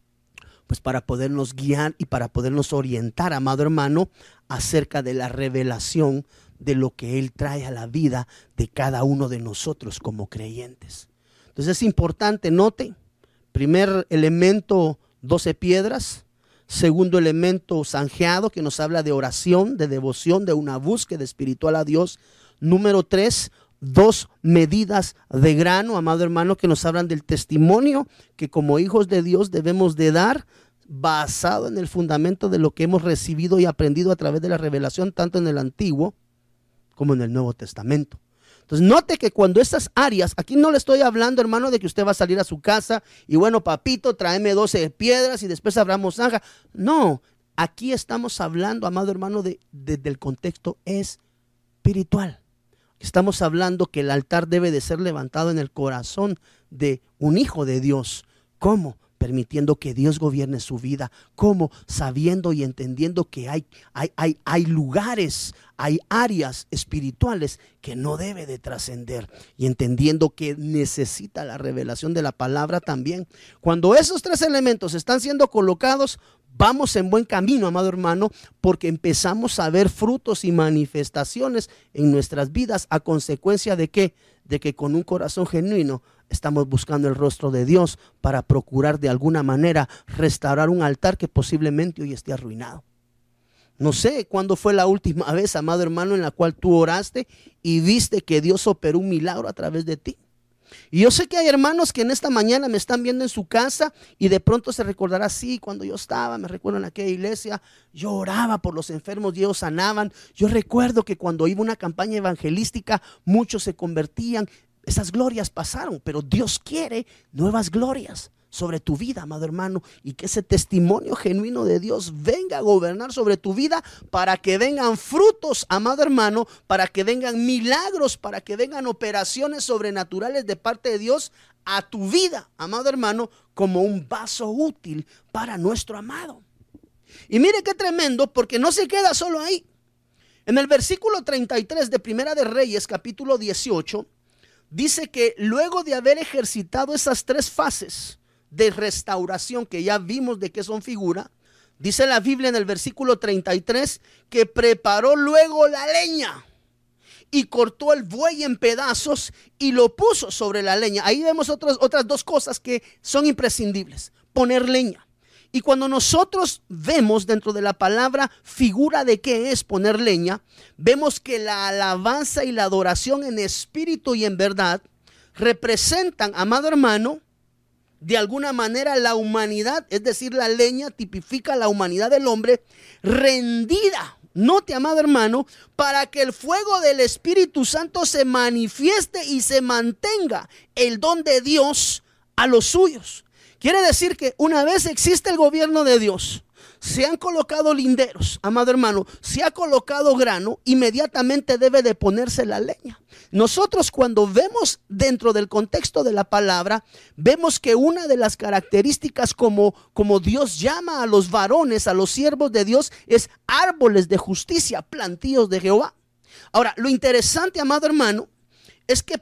Speaker 2: pues para podernos guiar y para podernos orientar, amado hermano, acerca de la revelación de lo que Él trae a la vida de cada uno de nosotros como creyentes. Entonces es importante, note, primer elemento, doce piedras. Segundo elemento, zanjeado, que nos habla de oración, de devoción, de una búsqueda espiritual a Dios. Número tres, dos medidas de grano, amado hermano, que nos hablan del testimonio que como hijos de Dios debemos de dar basado en el fundamento de lo que hemos recibido y aprendido a través de la revelación, tanto en el Antiguo como en el Nuevo Testamento. Entonces note que cuando estas áreas, aquí no le estoy hablando, hermano, de que usted va a salir a su casa y bueno, papito, tráeme doce piedras y después abramos zanja. No, aquí estamos hablando, amado hermano, de, de, del contexto espiritual. Estamos hablando que el altar debe de ser levantado en el corazón de un hijo de Dios. ¿Cómo? Permitiendo que Dios gobierne su vida. ¿Cómo? Sabiendo y entendiendo que hay, hay, hay, hay lugares, hay áreas espirituales que no debe de trascender. Y entendiendo que necesita la revelación de la palabra también. Cuando esos tres elementos están siendo colocados, vamos en buen camino, amado hermano, porque empezamos a ver frutos y manifestaciones en nuestras vidas a consecuencia de que, de que con un corazón genuino estamos buscando el rostro de Dios para procurar de alguna manera restaurar un altar que posiblemente hoy esté arruinado. No sé cuándo fue la última vez, amado hermano, en la cual tú oraste y viste que Dios operó un milagro a través de ti. Y yo sé que hay hermanos que en esta mañana me están viendo en su casa y de pronto se recordará, sí, cuando yo estaba, me recuerdo en aquella iglesia, yo oraba por los enfermos y ellos sanaban. Yo recuerdo que cuando iba una campaña evangelística, muchos se convertían. Esas glorias pasaron, pero Dios quiere nuevas glorias sobre tu vida, amado hermano, y que ese testimonio genuino de Dios venga a gobernar sobre tu vida para que vengan frutos, amado hermano, para que vengan milagros, para que vengan operaciones sobrenaturales de parte de Dios a tu vida, amado hermano, como un vaso útil para nuestro amado. Y mire qué tremendo, porque no se queda solo ahí. En el versículo treinta y tres de Primera de Reyes, capítulo dieciocho, dice que luego de haber ejercitado esas tres fases de restauración que ya vimos de qué son figura, dice la Biblia en el versículo treinta y tres que preparó luego la leña y cortó el buey en pedazos y lo puso sobre la leña. Ahí vemos otras, otras dos cosas que son imprescindibles: poner leña. Y cuando nosotros vemos dentro de la palabra figura de qué es poner leña, vemos que la alabanza y la adoración en espíritu y en verdad representan, amado hermano, de alguna manera la humanidad, es decir, la leña tipifica la humanidad del hombre rendida. Note, amado hermano, para que el fuego del Espíritu Santo se manifieste y se mantenga el don de Dios a los suyos. Quiere decir que una vez existe el gobierno de Dios, se han colocado linderos, amado hermano, se ha colocado grano, inmediatamente debe de ponerse la leña. Nosotros cuando vemos dentro del contexto de la palabra, vemos que una de las características como, como Dios llama a los varones, a los siervos de Dios, es árboles de justicia, plantíos de Jehová. Ahora, lo interesante, amado hermano, es que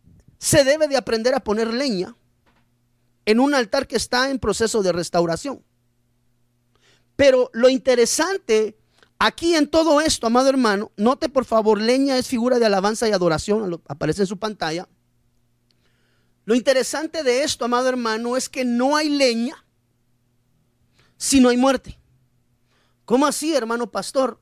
Speaker 2: se debe de aprender a poner leña en un altar que está en proceso de restauración. Pero lo interesante aquí en todo esto, amado hermano, note por favor, leña es figura de alabanza y adoración, aparece en su pantalla. Lo interesante de esto, amado hermano, es que no hay leña si no hay muerte. ¿Cómo así, hermano pastor?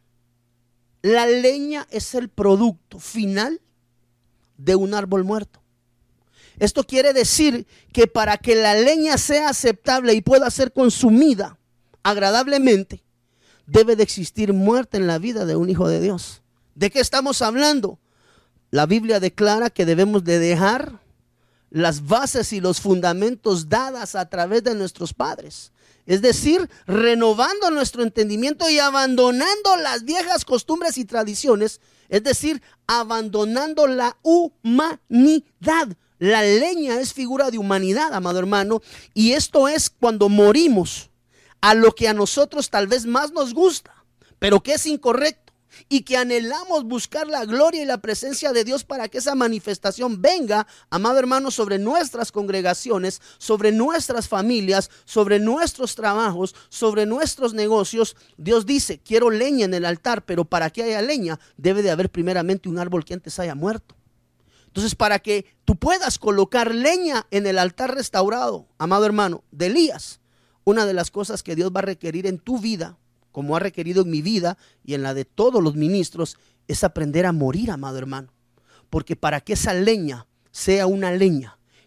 Speaker 2: La leña es el producto final de un árbol muerto. Esto quiere decir que para que la leña sea aceptable y pueda ser consumida agradablemente, debe de existir muerte en la vida de un hijo de Dios. ¿De qué estamos hablando? La Biblia declara que debemos de dejar las bases y los fundamentos dadas a través de nuestros padres. Es decir, renovando nuestro entendimiento y abandonando las viejas costumbres y tradiciones. Es decir, abandonando la humanidad. La leña es figura de humanidad, amado hermano. Y esto es cuando morimos a lo que a nosotros tal vez más nos gusta, pero que es incorrecto, y que anhelamos buscar la gloria y la presencia de Dios para que esa manifestación venga, amado hermano, sobre nuestras congregaciones, sobre nuestras familias, sobre nuestros trabajos, sobre nuestros negocios. Dios dice, quiero leña en el altar, pero para que haya leña debe de haber primeramente un árbol que antes haya muerto. Entonces, para que tú puedas colocar leña en el altar restaurado, amado hermano, de Elías, una de las cosas que Dios va a requerir en tu vida, como ha requerido en mi vida y en la de todos los ministros, es aprender a morir, amado hermano. Porque para que esa leña sea una leña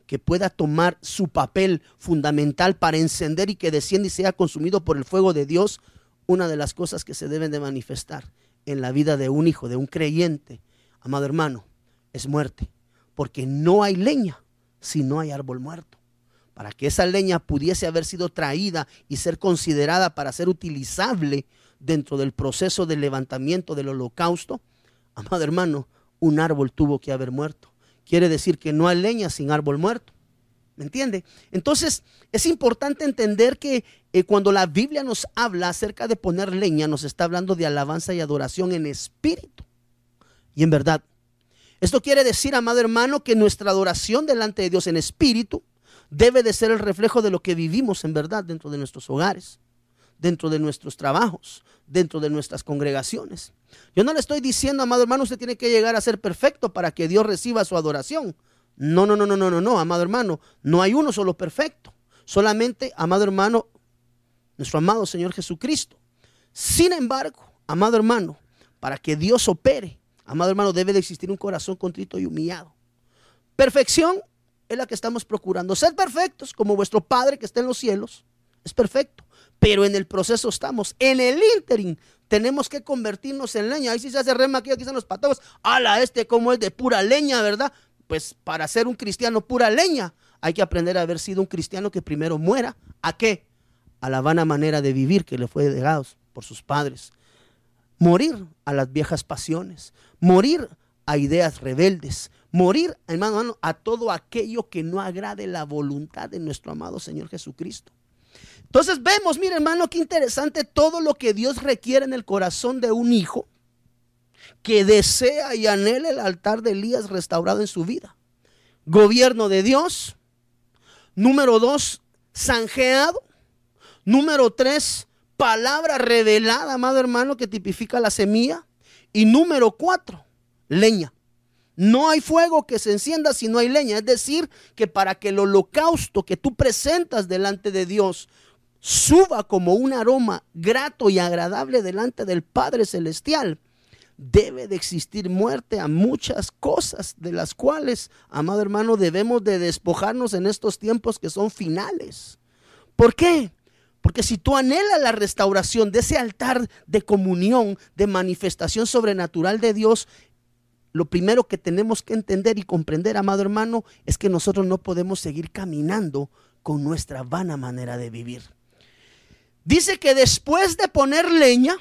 Speaker 2: que pueda tomar su papel fundamental para encender y que descienda y sea consumido por el fuego de Dios, una de las cosas que se deben de manifestar en la vida de un hijo, de un creyente, amado hermano, es muerte. Porque no hay leña si no hay árbol muerto. Para que esa leña pudiese haber sido traída y ser considerada para ser utilizable dentro del proceso del levantamiento del holocausto, amado hermano, un árbol tuvo que haber muerto. Quiere decir que no hay leña sin árbol muerto. ¿Me entiende? Entonces es importante entender que eh, cuando la Biblia nos habla acerca de poner leña, nos está hablando de alabanza y adoración en espíritu y en verdad. Esto quiere decir, amado hermano, que nuestra adoración delante de Dios en espíritu debe de ser el reflejo de lo que vivimos en verdad dentro de nuestros hogares, dentro de nuestros trabajos, dentro de nuestras congregaciones. Yo no le estoy diciendo, amado hermano, usted tiene que llegar a ser perfecto para que Dios reciba su adoración. No, no, no, no, no, no, no, amado hermano, no hay uno solo perfecto. Solamente, amado hermano, nuestro amado Señor Jesucristo. Sin embargo, amado hermano, para que Dios opere, amado hermano, debe de existir un corazón contrito y humillado. Perfección es la que estamos procurando. Ser perfectos como vuestro Padre que está en los cielos es perfecto. Pero en el proceso estamos. En el ínterin tenemos que convertirnos en leña. Ahí sí se hace rema aquí, aquí están los patagos. Ala, este como es de pura leña, ¿verdad? Pues para ser un cristiano pura leña hay que aprender a haber sido un cristiano que primero muera. ¿A qué? A la vana manera de vivir que le fue dejado por sus padres. Morir a las viejas pasiones. Morir a ideas rebeldes. Morir, hermano, hermano, a todo aquello que no agrade la voluntad de nuestro amado Señor Jesucristo. Entonces vemos, mire hermano, qué interesante todo lo que Dios requiere en el corazón de un hijo que desea y anhela el altar de Elías restaurado en su vida. Gobierno de Dios. Número dos, zanjeado. Número tres, palabra revelada, amado hermano, que tipifica la semilla. Y número cuatro, leña. No hay fuego que se encienda si no hay leña. Es decir, que para que el holocausto que tú presentas delante de Dios suba como un aroma grato y agradable delante del Padre Celestial, debe de existir muerte a muchas cosas de las cuales, amado hermano, debemos de despojarnos en estos tiempos que son finales. ¿Por qué? Porque si tú anhelas la restauración de ese altar de comunión, de manifestación sobrenatural de Dios, lo primero que tenemos que entender y comprender, amado hermano, es que nosotros no podemos seguir caminando con nuestra vana manera de vivir. Dice que después de poner leña,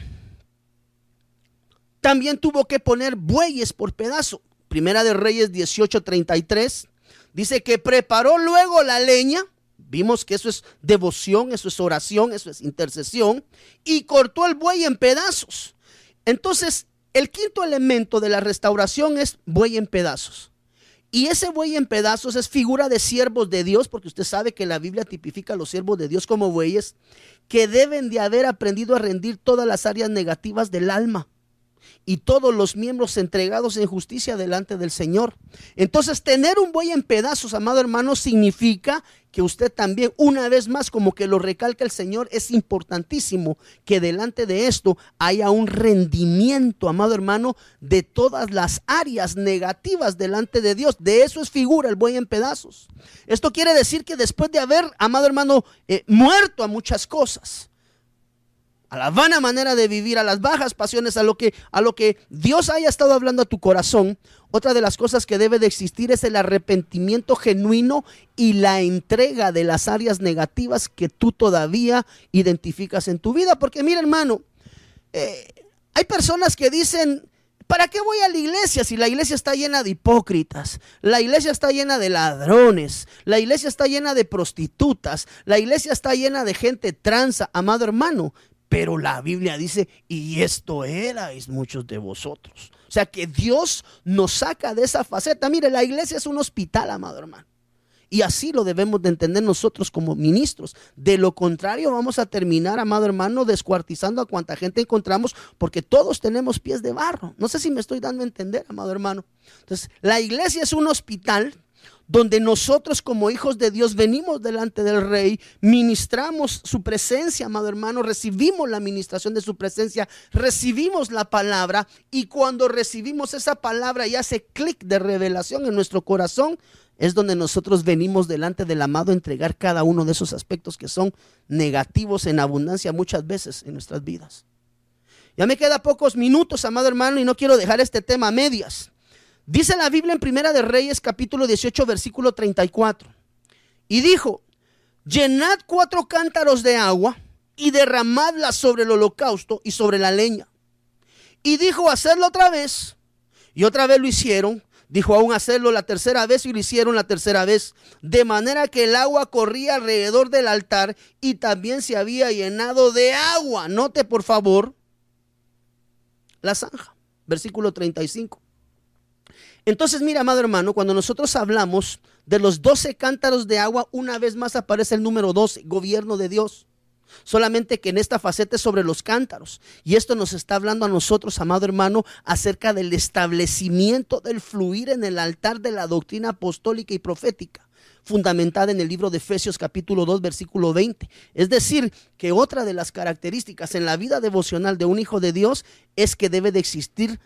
Speaker 2: también tuvo que poner bueyes por pedazo. Primera de Reyes dieciocho treinta y tres. Dice que preparó luego la leña. Vimos que eso es devoción, eso es oración, eso es intercesión. Y cortó el buey en pedazos. Entonces, el quinto elemento de la restauración es buey en pedazos. Y ese buey en pedazos es figura de siervos de Dios, porque usted sabe que la Biblia tipifica a los siervos de Dios como bueyes que deben de haber aprendido a rendir todas las áreas negativas del alma y todos los miembros entregados en justicia delante del Señor. Entonces, tener un buey en pedazos, amado hermano, significa que usted también, una vez más, como que lo recalca el Señor, es importantísimo que delante de esto haya un rendimiento, amado hermano, de todas las áreas negativas delante de Dios. De eso es figura el buey en pedazos. Esto quiere decir que después de haber, amado hermano, eh, muerto a muchas cosas, a la vana manera de vivir, a las bajas pasiones, a lo que, a lo que Dios haya estado hablando a tu corazón, otra de las cosas que debe de existir es el arrepentimiento genuino y la entrega de las áreas negativas que tú todavía identificas en tu vida. Porque mira, hermano, eh, hay personas que dicen: ¿para qué voy a la iglesia si la iglesia está llena de hipócritas? La iglesia está llena de ladrones. La iglesia está llena de prostitutas. La iglesia está llena de gente tranza. Amado hermano, pero la Biblia dice: y esto erais muchos de vosotros. O sea que Dios nos saca de esa faceta. Mire, la iglesia es un hospital, amado hermano. Y así lo debemos de entender nosotros como ministros. De lo contrario, vamos a terminar, amado hermano, descuartizando a cuanta gente encontramos, porque todos tenemos pies de barro. No sé si me estoy dando a entender, amado hermano. Entonces, la iglesia es un hospital donde nosotros como hijos de Dios venimos delante del Rey, ministramos su presencia, amado hermano, recibimos la ministración de su presencia, recibimos la palabra, y cuando recibimos esa palabra y hace clic de revelación en nuestro corazón, es donde nosotros venimos delante del amado a entregar cada uno de esos aspectos que son negativos en abundancia muchas veces en nuestras vidas. Ya me queda pocos minutos, amado hermano, y no quiero dejar este tema a medias. Dice la Biblia en Primera de Reyes, capítulo dieciocho, versículo treinta y cuatro. Y dijo: llenad cuatro cántaros de agua y derramadla sobre el holocausto y sobre la leña. Y dijo: hacedlo otra vez. Y otra vez lo hicieron. Dijo aún: hacerlo la tercera vez, y lo hicieron la tercera vez. De manera que el agua corría alrededor del altar y también se había llenado de agua. Note por favor la zanja. Versículo treinta y cinco. Entonces mira, amado hermano, cuando nosotros hablamos de los doce cántaros de agua, una vez más aparece el número doce, gobierno de Dios. Solamente que en esta faceta es sobre los cántaros. Y esto nos está hablando a nosotros, amado hermano, acerca del establecimiento del fluir en el altar de la doctrina apostólica y profética, fundamentada en el libro de Efesios capítulo dos, versículo veinte. Es decir, que otra de las características en la vida devocional de un hijo de Dios es que debe de existir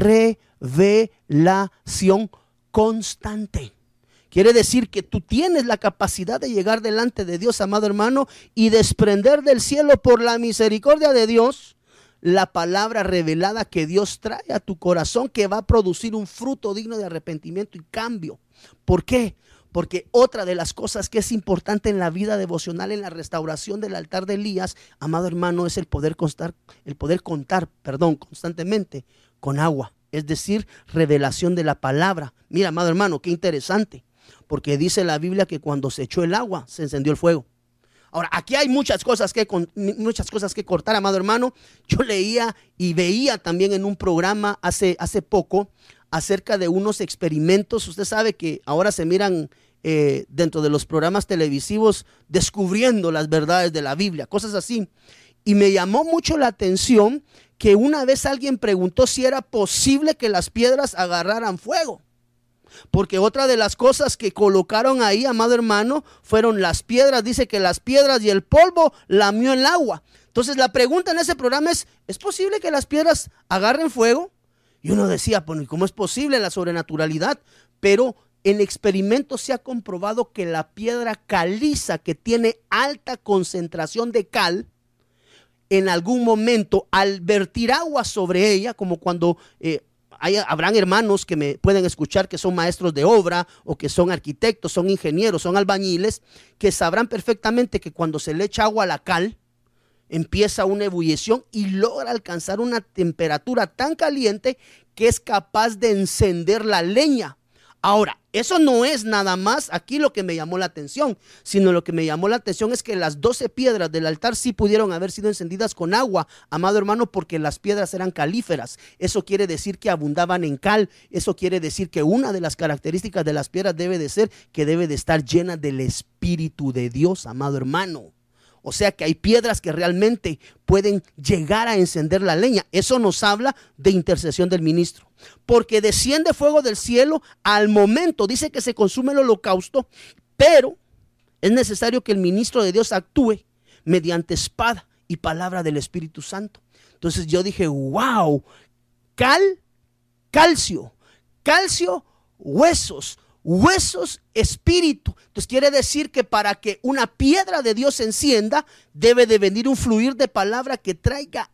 Speaker 2: revelación constante. Quiere decir que tú tienes la capacidad de llegar delante de Dios, amado hermano, y desprender del cielo, por la misericordia de Dios, la palabra revelada que Dios trae a tu corazón, que va a producir un fruto digno de arrepentimiento y cambio. ¿Por qué? Porque otra de las cosas que es importante en la vida devocional, en la restauración del altar de Elías, amado hermano, es el poder constar, el poder contar, perdón, constantemente con agua. Es decir, revelación de la palabra. Mira, amado hermano, qué interesante. Porque dice la Biblia que cuando se echó el agua, se encendió el fuego. Ahora, aquí hay muchas cosas que, muchas cosas que cortar, amado hermano. Yo leía y veía también en un programa hace, hace poco acerca de unos experimentos. Usted sabe que ahora se miran eh, dentro de los programas televisivos descubriendo las verdades de la Biblia, cosas así. Y me llamó mucho la atención que una vez alguien preguntó si era posible que las piedras agarraran fuego. Porque otra de las cosas que colocaron ahí, amado hermano, fueron las piedras. Dice que las piedras y el polvo lamió el agua. Entonces la pregunta en ese programa es: ¿es posible que las piedras agarren fuego? Y uno decía, pues, ¿cómo es posible la sobrenaturalidad? Pero en experimentos se ha comprobado que la piedra caliza, que tiene alta concentración de cal, en algún momento al vertir agua sobre ella, como cuando... Eh, Hay, habrán hermanos que me pueden escuchar que son maestros de obra o que son arquitectos, son ingenieros, son albañiles, que sabrán perfectamente que cuando se le echa agua a la cal, empieza una ebullición y logra alcanzar una temperatura tan caliente que es capaz de encender la leña. Ahora, eso no es nada más aquí lo que me llamó la atención, sino lo que me llamó la atención es que las doce piedras del altar sí pudieron haber sido encendidas con agua, amado hermano, porque las piedras eran calíferas. Eso quiere decir que abundaban en cal. Eso quiere decir que una de las características de las piedras debe de ser que debe de estar llena del Espíritu de Dios, amado hermano. O sea que hay piedras que realmente pueden llegar a encender la leña. Eso nos habla de intercesión del ministro. Porque desciende fuego del cielo al momento, dice que se consume el holocausto, pero es necesario que el ministro de Dios actúe mediante espada y palabra del Espíritu Santo. Entonces yo dije, wow, cal, calcio, calcio, huesos, huesos, espíritu. Entonces quiere decir que para que una piedra de Dios se encienda, debe de venir un fluir de palabra que traiga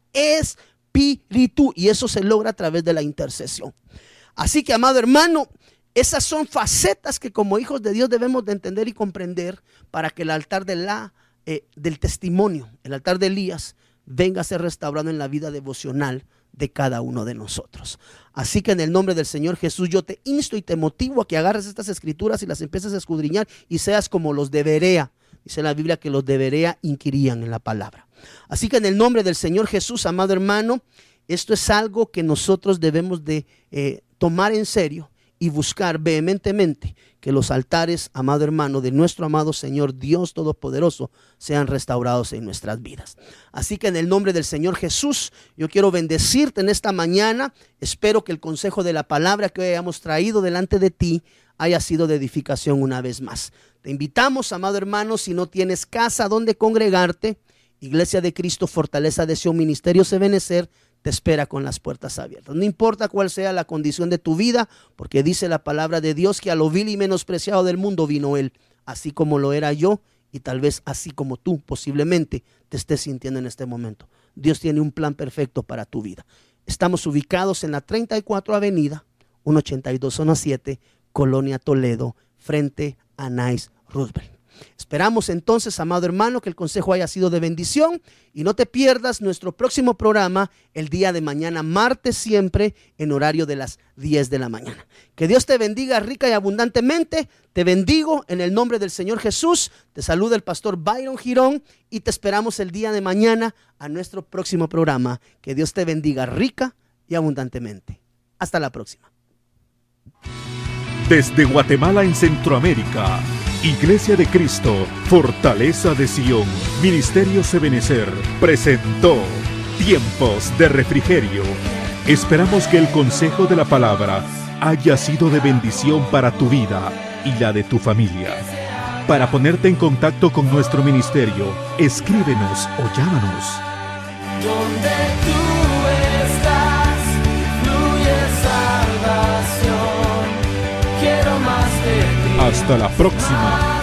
Speaker 2: espíritu, y eso se logra a través de la intercesión. Así que, amado hermano, esas son facetas que como hijos de Dios debemos de entender y comprender para que el altar de la, eh, del testimonio, el altar de Elías, venga a ser restaurado en la vida devocional de cada uno de nosotros. Así que en el nombre del Señor Jesús yo te insto y te motivo a que agarres estas escrituras y las empieces a escudriñar y seas como los de Berea. Dice la Biblia que los de Berea inquirían en la palabra. Así que en el nombre del Señor Jesús, amado hermano, esto es algo que nosotros debemos de eh, tomar en serio y buscar vehementemente que los altares, amado hermano, de nuestro amado Señor Dios Todopoderoso sean restaurados en nuestras vidas. Así que en el nombre del Señor Jesús, yo quiero bendecirte en esta mañana. Espero que el consejo de la palabra que hoy hayamos traído delante de ti haya sido de edificación una vez más. Te invitamos, amado hermano, si no tienes casa donde congregarte, Iglesia de Cristo, Fortaleza de Sion, Ministerio Ebenecer, te espera con las puertas abiertas. No importa cuál sea la condición de tu vida, porque dice la palabra de Dios que a lo vil y menospreciado del mundo vino Él, así como lo era yo, y tal vez así como tú posiblemente te estés sintiendo en este momento. Dios tiene un plan perfecto para tu vida. Estamos ubicados en la treinta y cuatro Avenida, ciento ochenta y dos, zona siete, Colonia Toledo, frente a Nice Roosevelt. Esperamos entonces, amado hermano, que el consejo haya sido de bendición y no te pierdas nuestro próximo programa el día de mañana, martes siempre, en horario de las diez de la mañana. Que Dios te bendiga rica y abundantemente. Te bendigo en el nombre del Señor Jesús. Te saluda el pastor Byron Girón y te esperamos el día de mañana a nuestro próximo programa. Que Dios te bendiga rica y abundantemente. Hasta la próxima.
Speaker 1: Desde Guatemala en Centroamérica, Iglesia de Cristo, Fortaleza de Sion, Ministerio Ebenecer, presentó Tiempos de Refrigerio. Esperamos que el consejo de la palabra haya sido de bendición para tu vida y la de tu familia. Para ponerte en contacto con nuestro ministerio, escríbenos o llámanos.
Speaker 3: Donde tú estás, fluye salvación. Quiero más de ti.
Speaker 1: Hasta la próxima.